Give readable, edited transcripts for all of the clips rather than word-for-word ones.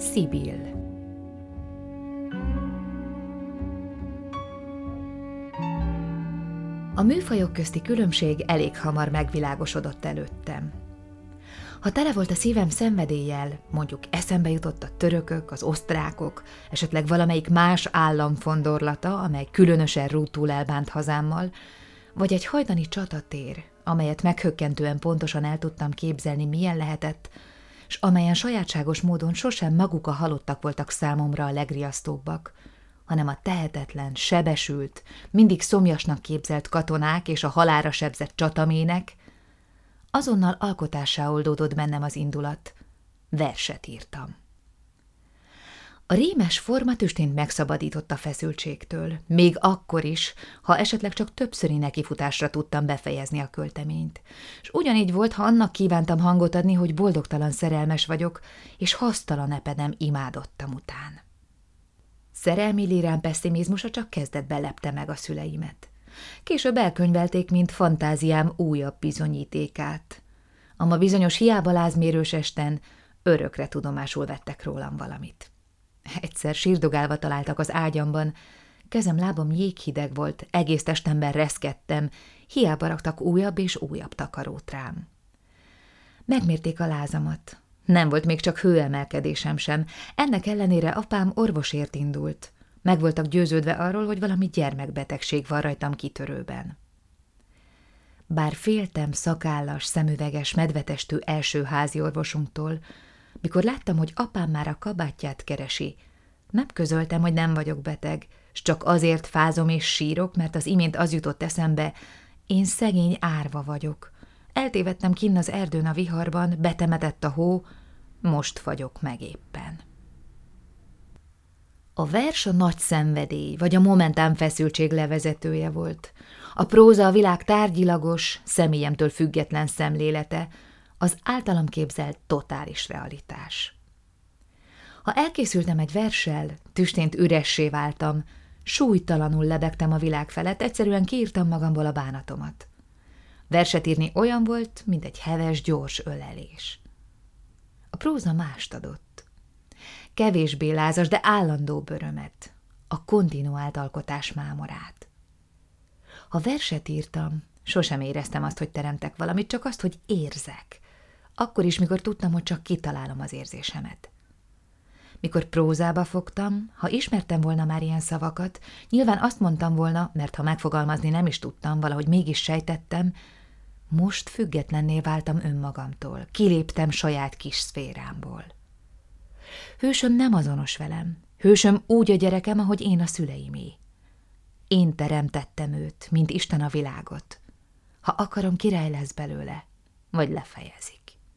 Sibyl. A műfajok közti különbség elég hamar megvilágosodott előttem. Ha tele volt a szívem szenvedéllyel, mondjuk eszembe jutott a törökök, az osztrákok, esetleg valamelyik más állam fondorlata, amely különösen rútul elbánt hazámmal, vagy egy hajdani csatatér, amelyet meghökkentően pontosan el tudtam képzelni, milyen lehetett, s amelyen sajátságos módon sosem maguk a halottak voltak számomra a legriasztóbbak, hanem a tehetetlen, sebesült, mindig szomjasnak képzelt katonák és a halálra sebzett csatamének, azonnal alkotássá oldódott bennem az indulat. Verset írtam. A rímes forma tüstént megszabadított a feszültségtől, még akkor is, ha esetleg csak többszöri nekifutásra tudtam befejezni a költeményt. És ugyanígy volt, ha annak kívántam hangot adni, hogy boldogtalan szerelmes vagyok, és hasztalan epedem imádottam után. Szerelmi lírám pesszimizmusa csak kezdetben lepte meg a szüleimet. Később elkönyvelték, mint fantáziám újabb bizonyítékát. A ma bizonyos hiába lázmérős esten örökre tudomásul vettek rólam valamit. Egyszer sírdogálva találtak az ágyamban, kezem lábam jéghideg volt, egész testemben reszkedtem, hiába raktak újabb és újabb takarót rám. Megmérték a lázamat. Nem volt még csak hőemelkedésem sem, ennek ellenére apám orvosért indult. Meg voltak győződve arról, hogy valami gyermekbetegség van rajtam kitörőben. Bár féltem szakállas, szemüveges, medvetestű első házi orvosunktól, mikor láttam, hogy apám már a kabátját keresi, nem közöltem, hogy nem vagyok beteg, s csak azért fázom és sírok, mert az imént az jutott eszembe, én szegény árva vagyok. Eltévedtem kinn az erdőn a viharban, betemetett a hó, most fagyok meg éppen. A vers a nagy szenvedély, vagy a momentán feszültség levezetője volt. A próza a világ tárgyilagos, személyemtől független szemlélete, az általam képzelt totális realitás. Ha elkészültem egy verssel, tüstént üressé váltam, súlytalanul lebegtem a világ felett, egyszerűen kiírtam magamból a bánatomat. Verset írni olyan volt, mint egy heves, gyors ölelés. A próza mást adott. Kevésbé lázas, de állandó örömet, a kontinuált alkotás mámorát. Ha verset írtam, sosem éreztem azt, hogy teremtek valamit, csak azt, hogy érzek. Akkor is, mikor tudtam, hogy csak kitalálom az érzésemet. Mikor prózába fogtam, ha ismertem volna már ilyen szavakat, nyilván azt mondtam volna, mert ha megfogalmazni nem is tudtam, valahogy mégis sejtettem, most függetlenné váltam önmagamtól, kiléptem saját kis szférámból. Hősöm nem azonos velem, hősöm úgy a gyerekem, ahogy én a szüleimé. Én teremtettem őt, mint Isten a világot. Ha akarom, király lesz belőle, vagy lefejezik.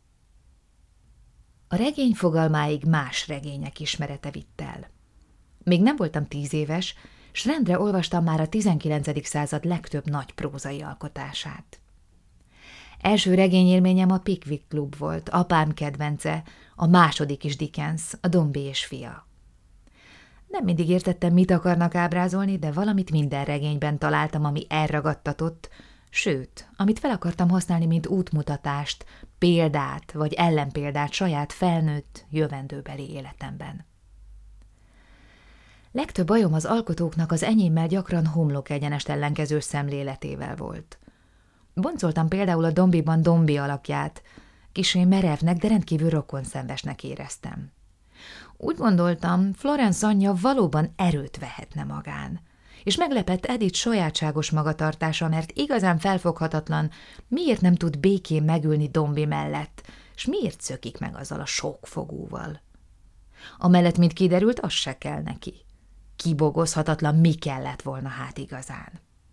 A regény fogalmáig más regények ismerete vitt el. Még nem voltam 10 éves, s rendre olvastam már a 19. század legtöbb nagy prózai alkotását. Első regényélményem a Pickwick Klub volt, apám kedvence, a második is Dickens, a Dombey és fia. Nem mindig értettem, mit akarnak ábrázolni, de valamit minden regényben találtam, ami elragadtatott, sőt, amit fel akartam használni, mint útmutatást, példát vagy ellenpéldát saját felnőtt, jövendőbeli életemben. Legtöbb bajom az alkotóknak az enyémmel gyakran homlok egyenest ellenkező szemléletével volt. Boncoltam például a Dombeyban Dombey alakját, kissé merevnek, de rendkívül rokonszenvesnek éreztem. Úgy gondoltam, Florence anyja valóban erőt vehetne magán, és meglepett Edith sajátságos magatartása, mert igazán felfoghatatlan, miért nem tud békén megülni Dombey mellett, és miért szökik meg azzal a sok fogúval. Amellett, mint kiderült, az se kell neki. Kibogozhatatlan, mi kellett volna hát igazán.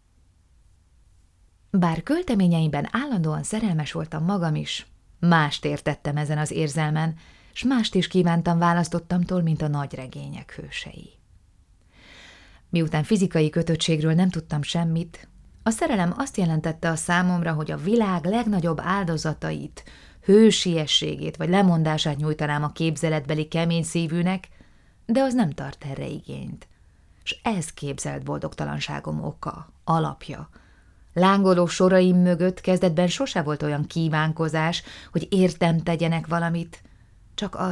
Bár költeményeimben állandóan szerelmes voltam magam is, mást értettem ezen az érzelmen, s mást is kívántam választottamtól, mint a nagy regények hősei. Miután fizikai kötöttségről nem tudtam semmit, a szerelem azt jelentette a számomra, hogy a világ legnagyobb áldozatait, hősiességét vagy lemondását nyújtanám a képzeletbeli kemény szívűnek, de az nem tart erre igényt. S ez képzelt boldogtalanságom oka, alapja. Lángoló soraim mögött kezdetben sose volt olyan kívánkozás, hogy értem tegyenek valamit, csak az,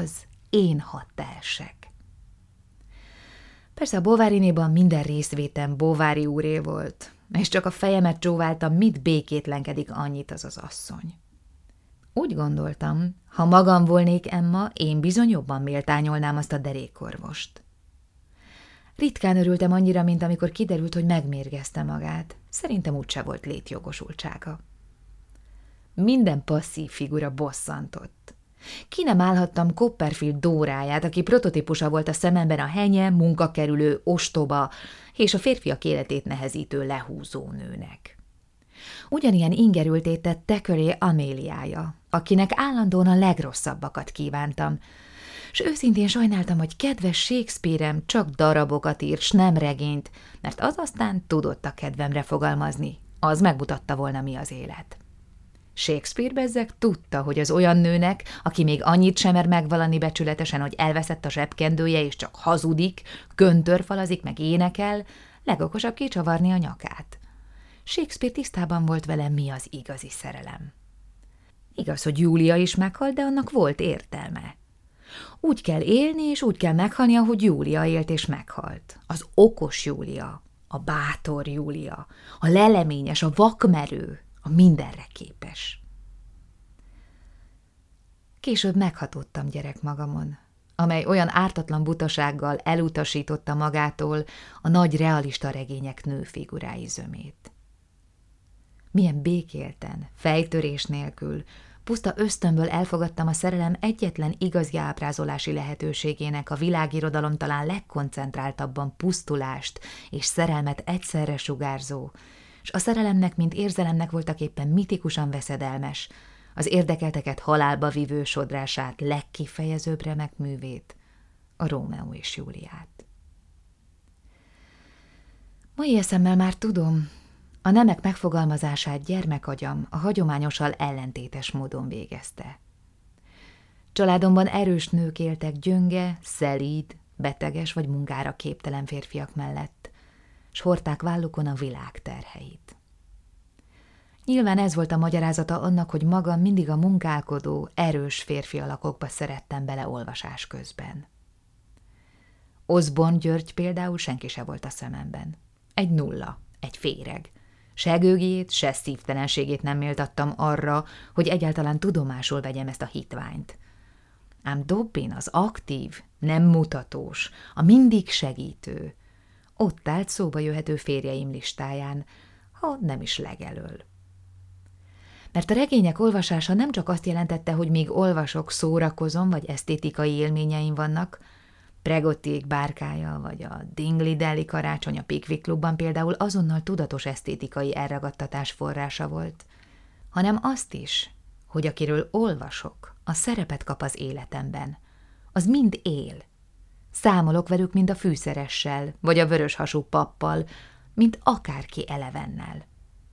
én hadd tehessek. Persze a Bovárinéban minden részvétem Bovári úré volt, és csak a fejemet csóváltam, mit békétlenkedik annyit az az asszony. Úgy gondoltam, ha magam volnék Emma, én bizony jobban méltányolnám azt a derékorvost. Ritkán örültem annyira, mint amikor kiderült, hogy megmérgezte magát. Szerintem úgyse volt létjogosultsága. Minden passzív figura bosszantott. Ki nem állhattam Copperfield Dóráját, aki prototípusa volt a szememben a henye, munkakerülő, ostoba és a férfiak életét nehezítő lehúzó nőnek. Ugyanilyen ingerültét tett Thackeray Améliája, akinek állandóan a legrosszabbakat kívántam, s őszintén sajnáltam, hogy kedves Shakespeare-em csak darabokat ír, s nem regényt, mert az aztán tudott a kedvemre fogalmazni, az megmutatta volna, mi az élet. Shakespeare bezzeg tudta, hogy az olyan nőnek, aki még annyit sem mer megvalani becsületesen, hogy elveszett a zsebkendője és csak hazudik, göntörfalazik meg énekel, legokosabb kicsavarni a nyakát. Shakespeare tisztában volt vele, mi az igazi szerelem. Igaz, hogy Júlia is meghalt, de annak volt értelme. Úgy kell élni, és úgy kell meghalni, ahogy Júlia élt és meghalt. Az okos Júlia, a bátor Júlia, a leleményes, a vakmerő, a mindenre képes. Később meghatódtam gyerek magamon, amely olyan ártatlan butasággal elutasította magától a nagy realista regények nőfigurái zömét. Milyen békélten, fejtörés nélkül, puszta ösztönből elfogadtam a szerelem egyetlen igazi ábrázolási lehetőségének a világirodalom talán legkoncentráltabban pusztulást és szerelmet egyszerre sugárzó, s a szerelemnek, mint érzelemnek voltaképpen mitikusan veszedelmes, az érdekelteket halálba vívő sodrását legkifejezőbb remek művét, a Rómeó és Júliát. Mai eszemmel már tudom, a nemek megfogalmazását gyermekagyam a hagyományossal ellentétes módon végezte. Családomban erős nők éltek gyönge, szelíd, beteges vagy munkára képtelen férfiak mellett, s hordták vállukon a világ terheit. Nyilván ez volt a magyarázata annak, hogy magam mindig a munkálkodó, erős férfi alakokba szerettem bele olvasás közben. Osborne György például senki se volt a szememben. Egy nulla, egy féreg. Se gőgét, se szívtelenségét nem méltattam arra, hogy egyáltalán tudomásul vegyem ezt a hitványt. Ám Dobbin az aktív, nem mutatós, a mindig segítő, ott állt szóba jöhető férjeim listáján, ha nem is legelől. Mert a regények olvasása nem csak azt jelentette, hogy míg olvasok, szórakozom, vagy esztétikai élményeim vannak, Pregottiék bárkája, vagy a Dingley-Deli karácsony a Pickwick Klubban például azonnal tudatos esztétikai elragadtatás forrása volt, hanem azt is, hogy akiről olvasok, a szerepet kap az életemben, az mind él. Számolok velük, mint a fűszeressel, vagy a vöröshasú pappal, mint akárki elevennel.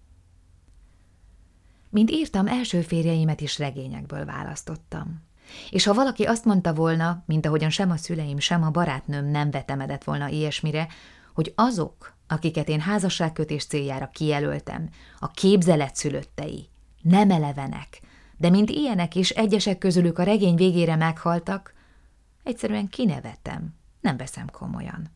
Mint írtam, első férjeimet is regényekből választottam. És ha valaki azt mondta volna, mint ahogyan sem a szüleim, sem a barátnőm nem vetemedett volna ilyesmire, hogy azok, akiket én házasságkötés céljára kijelöltem, a képzelet szülöttei, nem elevenek, de mint ilyenek is egyesek közülük a regény végére meghaltak, egyszerűen kinevetem, nem veszem komolyan.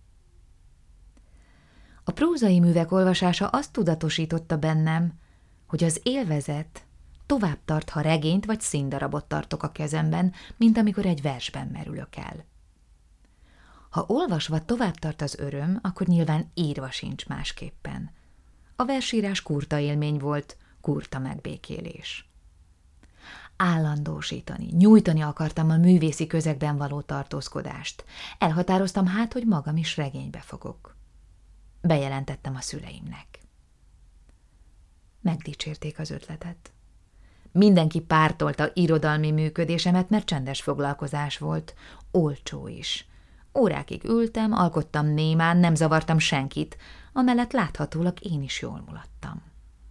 A prózai művek olvasása azt tudatosította bennem, hogy az élvezet tovább tart, ha regényt vagy színdarabot tartok a kezemben, mint amikor egy versben merülök el. Ha olvasva tovább tart az öröm, akkor nyilván írva sincs másképpen. A versírás kurta élmény volt, kurta megbékélés. Állandósítani, nyújtani akartam a művészi közegben való tartózkodást. Elhatároztam hát, hogy magam is regénybe fogok. Bejelentettem a szüleimnek. Megdicsérték az ötletet. Mindenki pártolta irodalmi működésemet, mert csendes foglalkozás volt, olcsó is. Órákig ültem, alkottam némán, nem zavartam senkit, amellett láthatólag én is jól mulattam.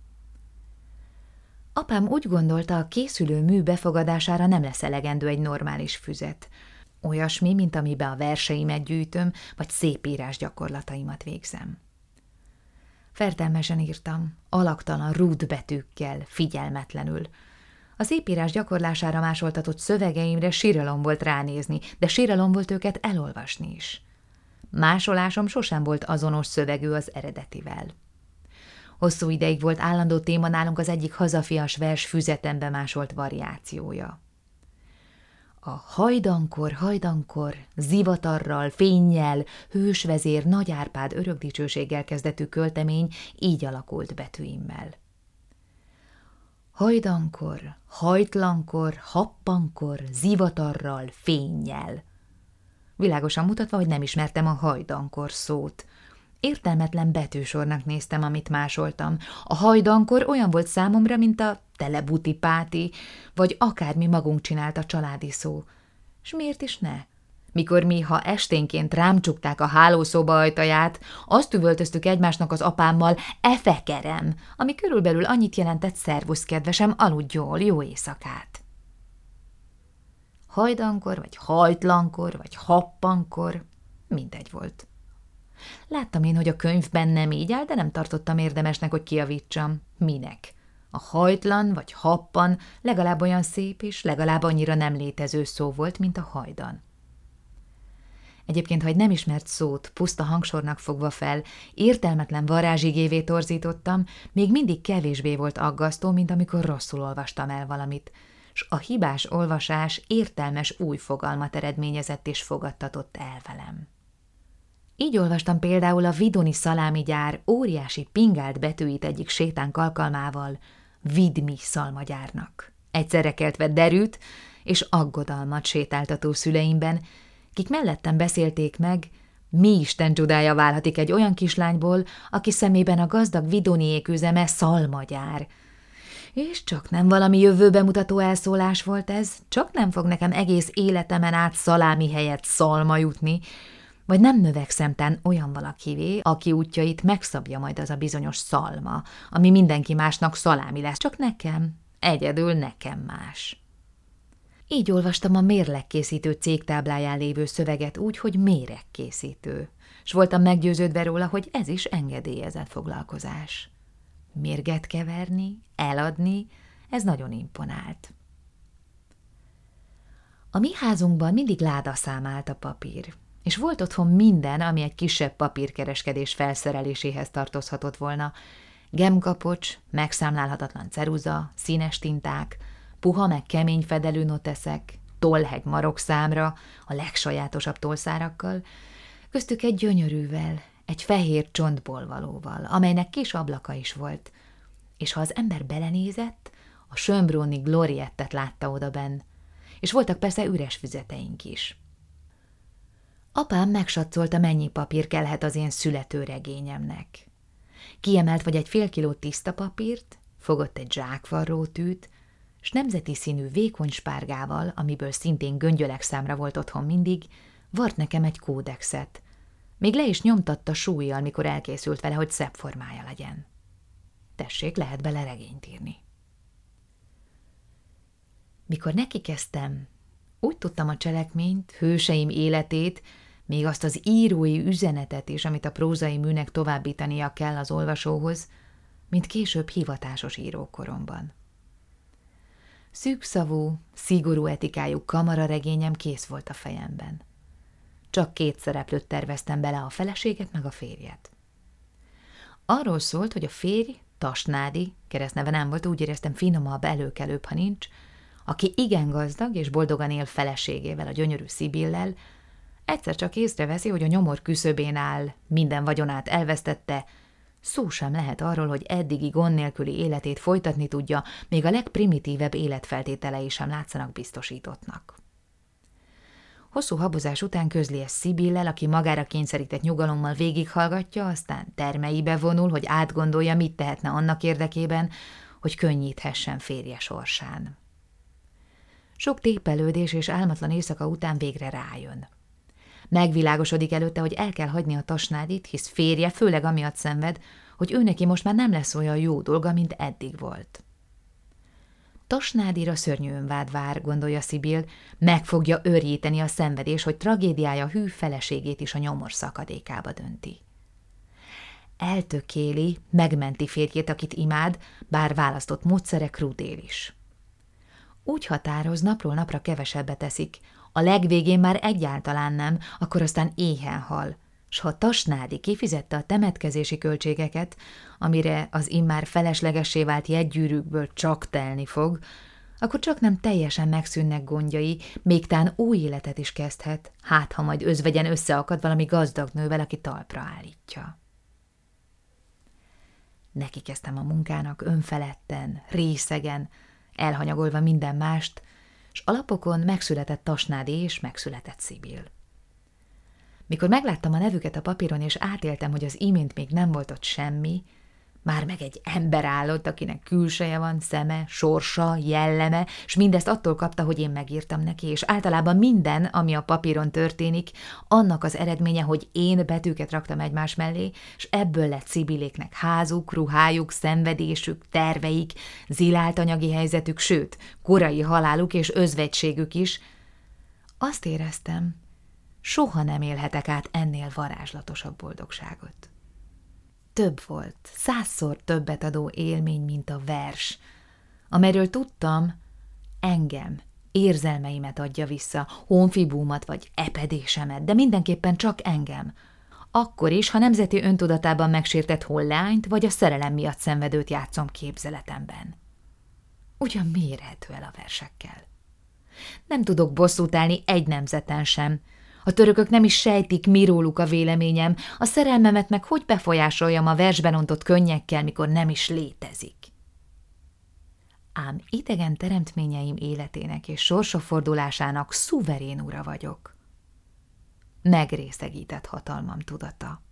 Apám úgy gondolta, a készülő mű befogadására nem lesz elegendő egy normális füzet. Olyasmi, mint amibe a verseimet gyűjtöm, vagy szépírás gyakorlataimat végzem. Fertelmesen írtam, alaktalan rúd betűkkel, figyelmetlenül. A szépírás gyakorlására másoltatott szövegeimre síralom volt ránézni, de síralom volt őket elolvasni is. Másolásom sosem volt azonos szövegű az eredetivel. Hosszú ideig volt állandó téma nálunk az egyik hazafias vers füzetembe másolt variációja. A hajdankor, hajdankor, zivatarral, fénnyel, hősvezér, Nagy Árpád örökdicsőséggel kezdetű költemény így alakult betűimmel. Hajdankor, hajtlankor, happankor, zivatarral, fénnyel. Világosan mutatva, hogy nem ismertem a hajdankor szót. Értelmetlen betűsornak néztem, amit másoltam. A hajdankor olyan volt számomra, mint a telebutipáti, vagy akármi magunk csinált a családi szó. S miért is ne? Mikor mi, ha esténként rám csukták a hálószoba ajtaját, azt üvöltöztük egymásnak az apámmal, efekerem, ami körülbelül annyit jelentett: szervusz, kedvesem, aludj jól, jó éjszakát. Hajdankor, vagy hajtlankor, vagy happankor, mindegy volt. Láttam én, hogy a könyvben nem így áll, de nem tartottam érdemesnek, hogy kijavítsam. Minek? A hajtlan vagy happan legalább olyan szép és legalább annyira nem létező szó volt, mint a hajdan. Egyébként, ha egy nem ismert szót puszta hangsornak fogva fel, értelmetlen varázsigévé torzítottam, még mindig kevésbé volt aggasztó, mint amikor rosszul olvastam el valamit, s a hibás olvasás értelmes új fogalmat eredményezett és fogadtatott el velem. Így olvastam például a vidoni szalámigyár óriási pingált betűit egyik sétánk alkalmával Vidmi szalmagyárnak. Egyszerre keltve derűt és aggodalmat sétáltató szüleimben, kik mellettem beszélték meg, mi Isten csodája válhatik egy olyan kislányból, aki szemében a gazdag vidoniék üzeme szalmagyár. És csak nem valami jövőbe mutató elszólás volt ez, csak nem fog nekem egész életemen át szalámi helyett szalma jutni, vagy nem növekszem tán olyan valakivé, aki útjait megszabja majd az a bizonyos szalma, ami mindenki másnak szalámi lesz, csak nekem, egyedül nekem más. Így olvastam a mérlegkészítő cég tábláján lévő szöveget úgy, hogy méregkészítő, s voltam meggyőződve róla, hogy ez is engedélyezett foglalkozás. Mérget keverni, eladni, ez nagyon imponált. A mi házunkban mindig ládaszám állt a papír, és volt otthon minden, ami egy kisebb papírkereskedés felszereléséhez tartozhatott volna: gemkapocs, megszámlálhatatlan ceruza, színes tinták, puha meg kemény fedelű noteszek, tollhegy marokszámra, a legsajátosabb tollszárakkal, köztük egy gyönyörűvel, egy fehér csontból valóval, amelynek kis ablaka is volt, és ha az ember belenézett, a Schönbrunni Gloriettet látta odabenn, és voltak persze üres füzeteink is. Apám megsatszolta, mennyi papír kellhet az én születőregényemnek. Kiemelt vagy egy fél kiló tiszta papírt, fogott egy zsákvarrótűt, s nemzeti színű vékony spárgával, amiből szintén göngyölekszámra volt otthon mindig, vart nekem egy kódexet. Még le is nyomtatta súllyal, mikor elkészült vele, hogy szebb formája legyen. Tessék, lehet bele regényt írni. Mikor nekikezdtem, úgy tudtam a cselekményt, hőseim életét, még azt az írói üzenetet is, amit a prózai műnek továbbítania kell az olvasóhoz, mint később hivatásos írókoromban. Szűkszavú, szigorú etikájú kamararegényem kész volt a fejemben. Csak 2 szereplőt terveztem bele, a feleséget meg a férjet. Arról szólt, hogy a férj, Tasnádi, keresztneve nem volt, úgy éreztem, finomabb, előkelőbb, ha nincs, aki igen gazdag és boldogan él feleségével, a gyönyörű Szibillel, egyszer csak észreveszi, hogy a nyomor küszöbén áll, minden vagyonát elvesztette, szó sem lehet arról, hogy eddigi gond nélküli életét folytatni tudja, még a legprimitívebb életfeltételei sem látszanak biztosítottnak. Hosszú habozás után közli ezt Szibillel, aki magára kényszerített nyugalommal végighallgatja, aztán termeibe vonul, hogy átgondolja, mit tehetne annak érdekében, hogy könnyíthessen férje sorsán. Sok tépelődés és álmatlan éjszaka után végre rájön. Megvilágosodik előtte, hogy el kell hagyni a Tasnádit, hisz férje főleg amiatt szenved, hogy őneki most már nem lesz olyan jó dolga, mint eddig volt. Tasnádira szörnyű önvád vár, gondolja Szibill, meg fogja őrjíteni a szenvedés, hogy tragédiája hű feleségét is a nyomor szakadékába dönti. Eltökéli, megmenti férjét, akit imád, bár választott módszere krudél is. Úgy határoz, napról napra kevesebbet eszik. A legvégén már egyáltalán nem, akkor aztán éhen hal. S ha Tasnádi kifizette a temetkezési költségeket, amire az immár feleslegessé vált jegygyűrűkből csak telni fog, akkor csak nem teljesen megszűnnek gondjai, még tán új életet is kezdhet, hát ha majd özvegyen összeakad valami gazdag nővel, aki talpra állítja. Neki kezdtem a munkának önfeledten, részegen, elhanyagolva minden mást, s alapokon megszületett Tasnádi és megszületett Szibil. Mikor megláttam a nevüket a papíron, és átéltem, hogy az imént még nem volt ott semmi, már meg egy ember állott, akinek külseje van, szeme, sorsa, jelleme, s mindezt attól kapta, hogy én megírtam neki, és általában minden, ami a papíron történik, annak az eredménye, hogy én betűket raktam egymás mellé, s ebből lett Szibiléknek házuk, ruhájuk, szenvedésük, terveik, zilált anyagi helyzetük, sőt, korai haláluk és özvegységük is. Azt éreztem, soha nem élhetek át ennél varázslatosabb boldogságot. Több volt, 100-szor többet adó élmény, mint a vers, amelyről tudtam, engem, érzelmeimet adja vissza, honfibúmat vagy epedésemet, de mindenképpen csak engem. Akkor is, ha nemzeti öntudatában megsértett hollányt vagy a szerelem miatt szenvedőt játszom képzeletemben. Ugyan mi érhető el a versekkel? Nem tudok bosszút állni egy nemzeten sem. A törökök nem is sejtik, mi róluk a véleményem, a szerelmemet meg hogy befolyásoljam a versben ontott könnyekkel, mikor nem is létezik. Ám idegen teremtményeim életének és sorsafordulásának szuverén ura vagyok. Megrészegített hatalmam tudata.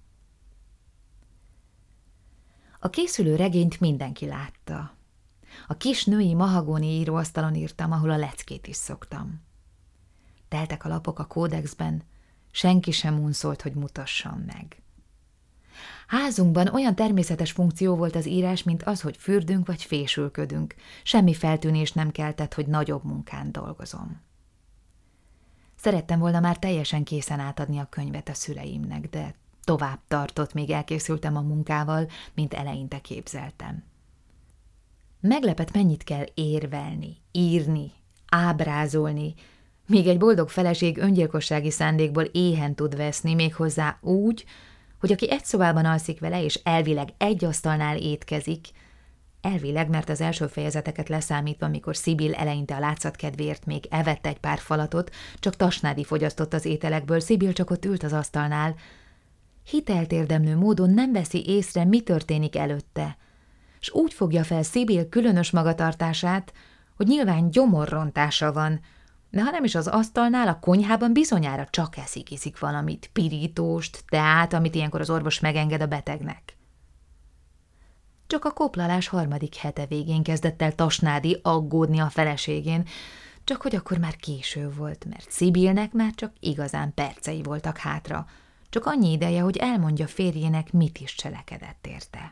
A készülő regényt mindenki látta. A kis női mahagóni íróasztalon írtam, ahol a leckét is szoktam. Teltek a lapok a kódexben, senki sem unszolt, hogy mutassam meg. Házunkban olyan természetes funkció volt az írás, mint az, hogy fürdünk vagy fésülködünk. Semmi feltűnést nem keltett, hogy nagyobb munkán dolgozom. Szerettem volna már teljesen készen átadni a könyvet a szüleimnek, de tovább tartott, míg elkészültem a munkával, mint eleinte képzeltem. Meglepett, mennyit kell érvelni, írni, ábrázolni, míg egy boldog feleség öngyilkossági szándékból éhen tud veszni, méghozzá úgy, hogy aki egy szobában alszik vele, és elvileg egy asztalnál étkezik, elvileg, mert az első fejezeteket leszámítva, mikor Szibil eleinte a látszat kedvéért még evett egy pár falatot, csak Tasnádi fogyasztott az ételekből, Szibil csak ott ült az asztalnál. Hitelt érdemlő módon nem veszi észre, mi történik előtte, s úgy fogja fel Szibil különös magatartását, hogy nyilván gyomorrontása van, de ha nem is az asztalnál, a konyhában bizonyára csak eszik valamit, pirítóst, teát, amit ilyenkor az orvos megenged a betegnek. Csak a koplalás 3. hete végén kezdett el Tasnádi aggódni a feleségén, csak hogy akkor már késő volt, mert Szibilnek már csak igazán percei voltak hátra, csak annyi ideje, hogy elmondja férjének, mit is cselekedett érte.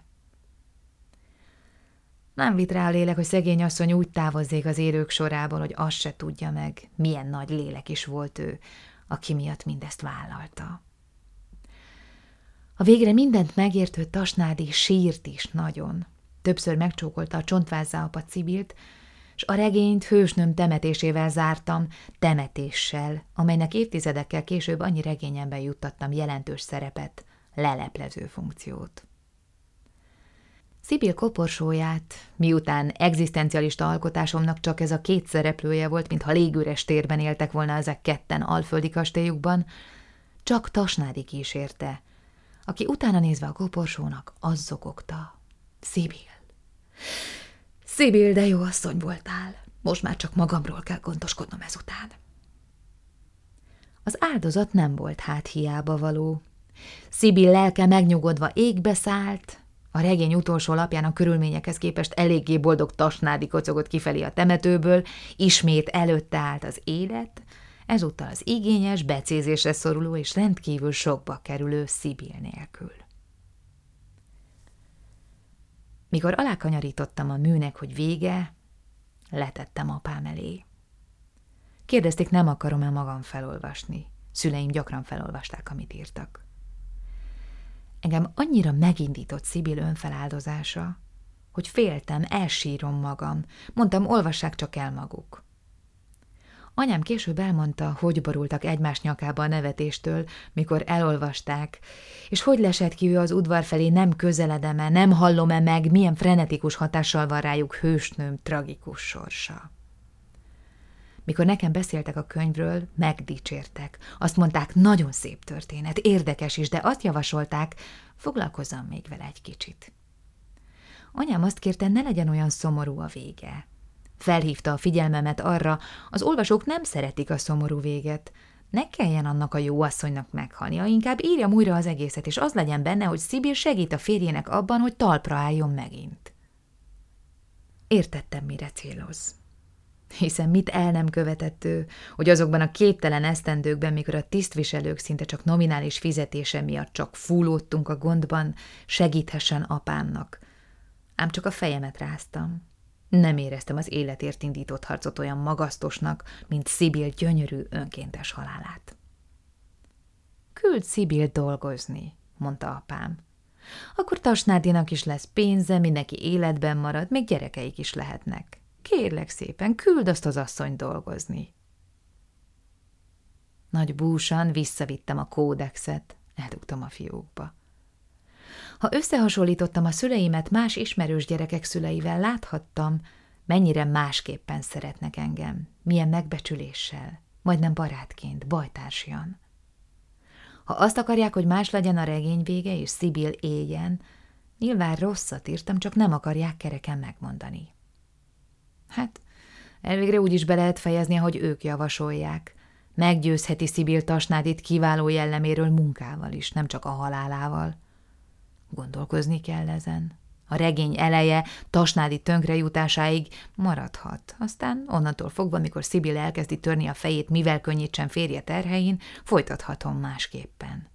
Nem vitt rá a lélek, hogy szegény asszony úgy távozzék az élők sorából, hogy azt se tudja meg, milyen nagy lélek is volt ő, aki miatt mindezt vállalta. A végre mindent megértő Tasnádi sírt is nagyon. Többször megcsókolta a csontvázzá apadt Szibilt, s a regényt hősnőm temetésével zártam, temetéssel, amelynek évtizedekkel később annyi regényemben juttattam jelentős szerepet, leleplező funkciót. Szibil koporsóját, miután egzisztencialista alkotásomnak csak ez a 2 szereplője volt, mintha légüres térben éltek volna ezek ketten alföldi kastélyukban, csak Tasnádi kísérte, aki utána nézve a koporsónak azt zokogta: Szibil! Szibil, de jó asszony voltál, most már csak magamról kell gondoskodnom ezután. Az áldozat nem volt hát hiába való. Szibil lelke megnyugodva égbe szállt, a regény utolsó lapján a körülményekhez képest eléggé boldog Tasnádi kocogott kifelé a temetőből, ismét előtte állt az élet, ezúttal az igényes, becézésre szoruló és rendkívül sokba kerülő Szibil nélkül. Mikor alákanyarítottam a műnek, hogy vége, letettem apám elé. Kérdezték, nem akarom-e magam felolvasni. Szüleim gyakran felolvasták, amit írtak. Engem annyira megindított Szibil önfeláldozása, hogy féltem, elsírom magam. Mondtam, olvassák csak el maguk. Anyám később elmondta, hogy borultak egymás nyakába a nevetéstől, mikor elolvasták, és hogy lesett ki ő az udvar felé, nem közeledem-e, nem hallom-e meg, milyen frenetikus hatással van rájuk hősnőm tragikus sorsa. Mikor nekem beszéltek a könyvről, megdicsértek. Azt mondták, nagyon szép történet, érdekes is, de azt javasolták, foglalkozzam még vele egy kicsit. Anyám azt kérte, ne legyen olyan szomorú a vége. Felhívta a figyelmemet arra, az olvasók nem szeretik a szomorú véget. Ne kelljen annak a jó asszonynak meghalnia, inkább írjam újra az egészet, és az legyen benne, hogy Szibil segít a férjének abban, hogy talpra álljon megint. Értettem, mire céloz. Hiszen mit el nem követett ő, hogy azokban a képtelen esztendőkben, mikor a tisztviselők szinte csak nominális fizetése miatt csak fúlódtunk a gondban, segíthessen apámnak. Ám csak a fejemet ráztam. Nem éreztem az életért indított harcot olyan magasztosnak, mint Szibil gyönyörű önkéntes halálát. Küld Szibil dolgozni, mondta apám. Akkor Tasnádinak is lesz pénze, mindenki életben marad, még gyerekeik is lehetnek. Kérlek szépen, küld azt az asszonyt dolgozni. Nagy búsan visszavittem a kódexet, eldugtam a fiókba. Ha összehasonlítottam a szüleimet más ismerős gyerekek szüleivel, láthattam, mennyire másképpen szeretnek engem, milyen megbecsüléssel, majdnem barátként, bajtársian. Ha azt akarják, hogy más legyen a regény vége, és Szibil éljen, nyilván rosszat írtam, csak nem akarják kereken megmondani. Hát, elvégre úgy is be lehet fejezni, ahogy ők javasolják. Meggyőzheti Szibil Tasnádit kiváló jelleméről munkával is, nem csak a halálával. Gondolkozni kell ezen. A regény eleje Tasnádi tönkrejutásáig maradhat, aztán onnantól fogva, mikor Szibil elkezdi törni a fejét, mivel könnyítsen férje terhein, folytathatom másképpen.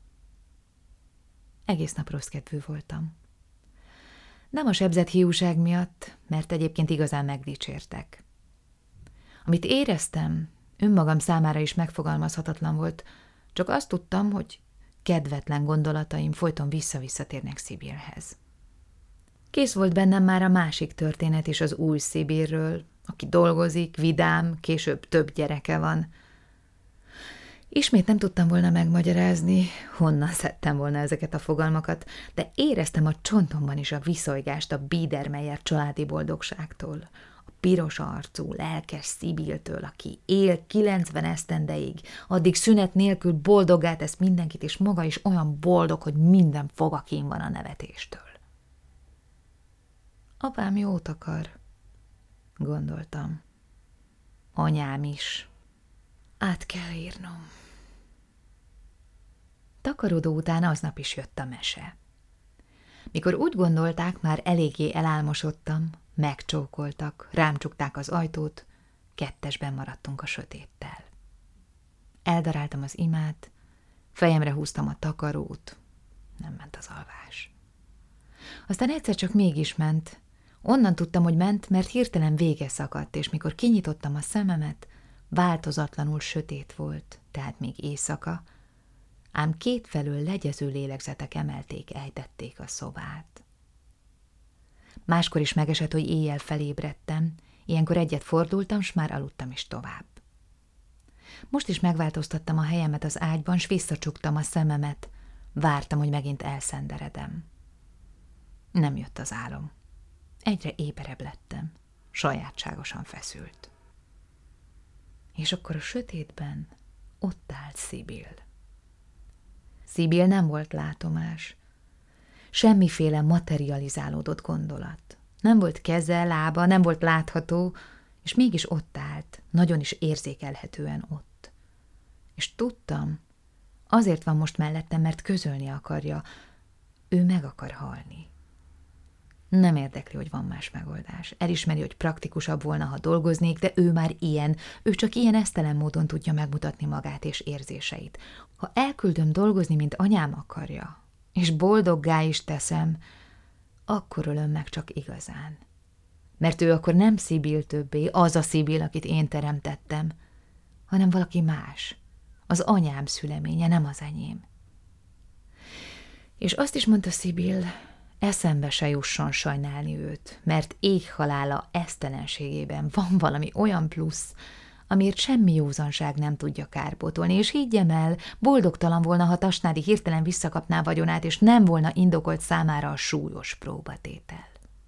Egész nap rossz kedvű voltam. Nem a sebzett hiúság miatt, mert egyébként igazán megdicsértek. Amit éreztem, önmagam számára is megfogalmazhatatlan volt, csak azt tudtam, hogy kedvetlen gondolataim folyton vissza-visszatérnek Szibilhez. Kész volt bennem már a másik történet is az új Szibilről, aki dolgozik, vidám, később több gyereke van. Ismét nem tudtam volna megmagyarázni, honnan szedtem volna ezeket a fogalmakat, de éreztem a csontomban is a viszojgást a Biedermeier családi boldogságtól, a piros arcú, lelkes Szibiltől, aki él 90 esztendeig, addig szünet nélkül boldoggá tesz mindenkit, és maga is olyan boldog, hogy minden foga kín van a nevetéstől. Apám jót akar, gondoltam. Anyám is. Át kell írnom. Takarodó után aznap is jött a mese. Mikor úgy gondolták, már eléggé elálmosodtam, megcsókoltak, rám csukták az ajtót, kettesben maradtunk a sötéttel. Eldaráltam az imát, fejemre húztam a takarót, nem ment az alvás. Aztán egyszer csak mégis ment. Onnan tudtam, hogy ment, mert hirtelen vége szakadt, és mikor kinyitottam a szememet, változatlanul sötét volt, tehát még éjszaka, ám kétfelől legyező lélegzetek emelték, ejtették a szobát. Máskor is megesett, hogy éjjel felébredtem, ilyenkor egyet fordultam, s már aludtam is tovább. Most is megváltoztattam a helyemet az ágyban, s visszacsuktam a szememet, vártam, hogy megint elszenderedem. Nem jött az álom. Egyre éberebb lettem, sajátságosan feszült. És akkor a sötétben ott állt Szibil. Szibil nem volt látomás. Semmiféle materializálódott gondolat. Nem volt keze, lába, nem volt látható, és mégis ott állt, nagyon is érzékelhetően ott. És tudtam, azért van most mellettem, mert közölni akarja, ő meg akar halni. Nem érdekli, hogy van más megoldás. Elismeri, hogy praktikusabb volna, ha dolgoznék, de ő már ilyen, ő csak ilyen esztelen módon tudja megmutatni magát és érzéseit. Ha elküldöm dolgozni, mint anyám akarja, és boldoggá is teszem, akkor ölöm meg csak igazán. Mert ő akkor nem Szibil többé, az a Szibil, akit én teremtettem, hanem valaki más. Az anyám szüleménye, nem az enyém. És azt is mondta Szibil, eszembe se jusson sajnálni őt, mert éhhalála esztelenségében van valami olyan plusz, amiért semmi józanság nem tudja kárpótolni, és higgyem el, boldogtalan volna, ha Tasnádi hirtelen visszakapná vagyonát, és nem volna indokolt számára a súlyos próbatétel.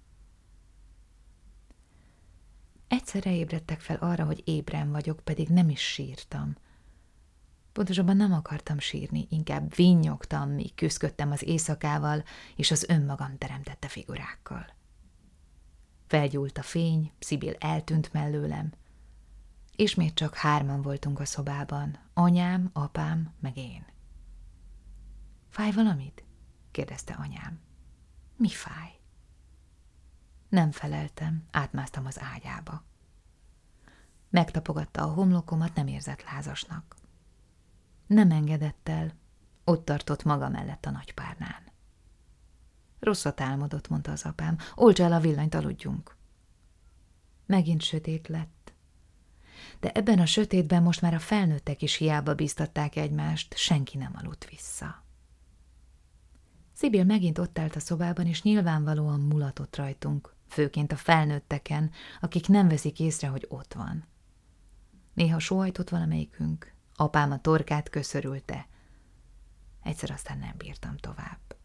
Egyszerre ébredtek fel arra, hogy ébren vagyok, pedig nem is sírtam. Pontosabban nem akartam sírni, inkább vinnyogtam, míg küszködtem az éjszakával és az önmagam teremtette figurákkal. Felgyúlt a fény, Szibil eltűnt mellőlem. Ismét csak 3 voltunk a szobában, anyám, apám, meg én. Fáj valamit? kérdezte anyám. Mi fáj? Nem feleltem, átmásztam az ágyába. Megtapogatta a homlokomat, nem érzett lázasnak. Nem engedett el, ott tartott maga mellett a nagypárnán. Rosszat álmodott, mondta az apám, olts el a villanyt, aludjunk. Megint sötét lett. De ebben a sötétben most már a felnőttek is hiába bíztatták egymást, senki nem aludt vissza. Szibil megint ott állt a szobában, és nyilvánvalóan mulatott rajtunk, főként a felnőtteken, akik nem veszik észre, hogy ott van. Néha sóhajtott valamelyikünk, apám a torkát köszörülte. Egyszer aztán nem bírtam tovább.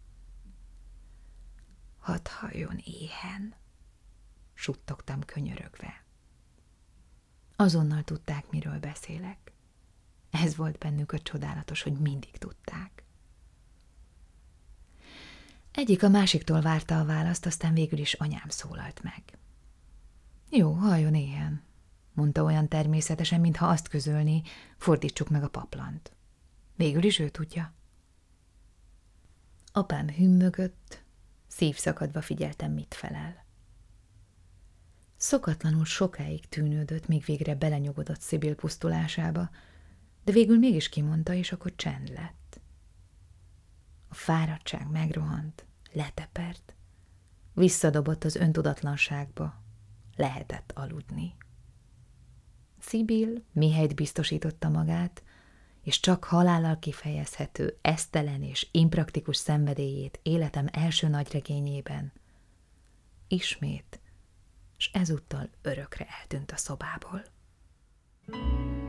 Hadd halljon éhen, suttogtam könyörögve. Azonnal tudták, miről beszélek. Ez volt bennük a csodálatos, hogy mindig tudták. Egyik a másiktól várta a választ, aztán végül is anyám szólalt meg. Jó, halljon éhen, mondta olyan természetesen, mintha azt közölné, fordítsuk meg a paplant. Végül is ő tudja. Apám hümmögött, szívszakadva figyeltem, mit felel. Szokatlanul sokáig tűnődött, míg végre belenyugodott Szibil pusztulásába, de végül mégis kimondta, és akkor csend lett. A fáradtság megrohant, letepert, visszadobott az öntudatlanságba, lehetett aludni. Szibil mihelyt biztosította magát, és csak halállal kifejezhető, esztelen és impraktikus szenvedélyét életem első nagyregényében, ismét, s ezúttal örökre eltűnt a szobából.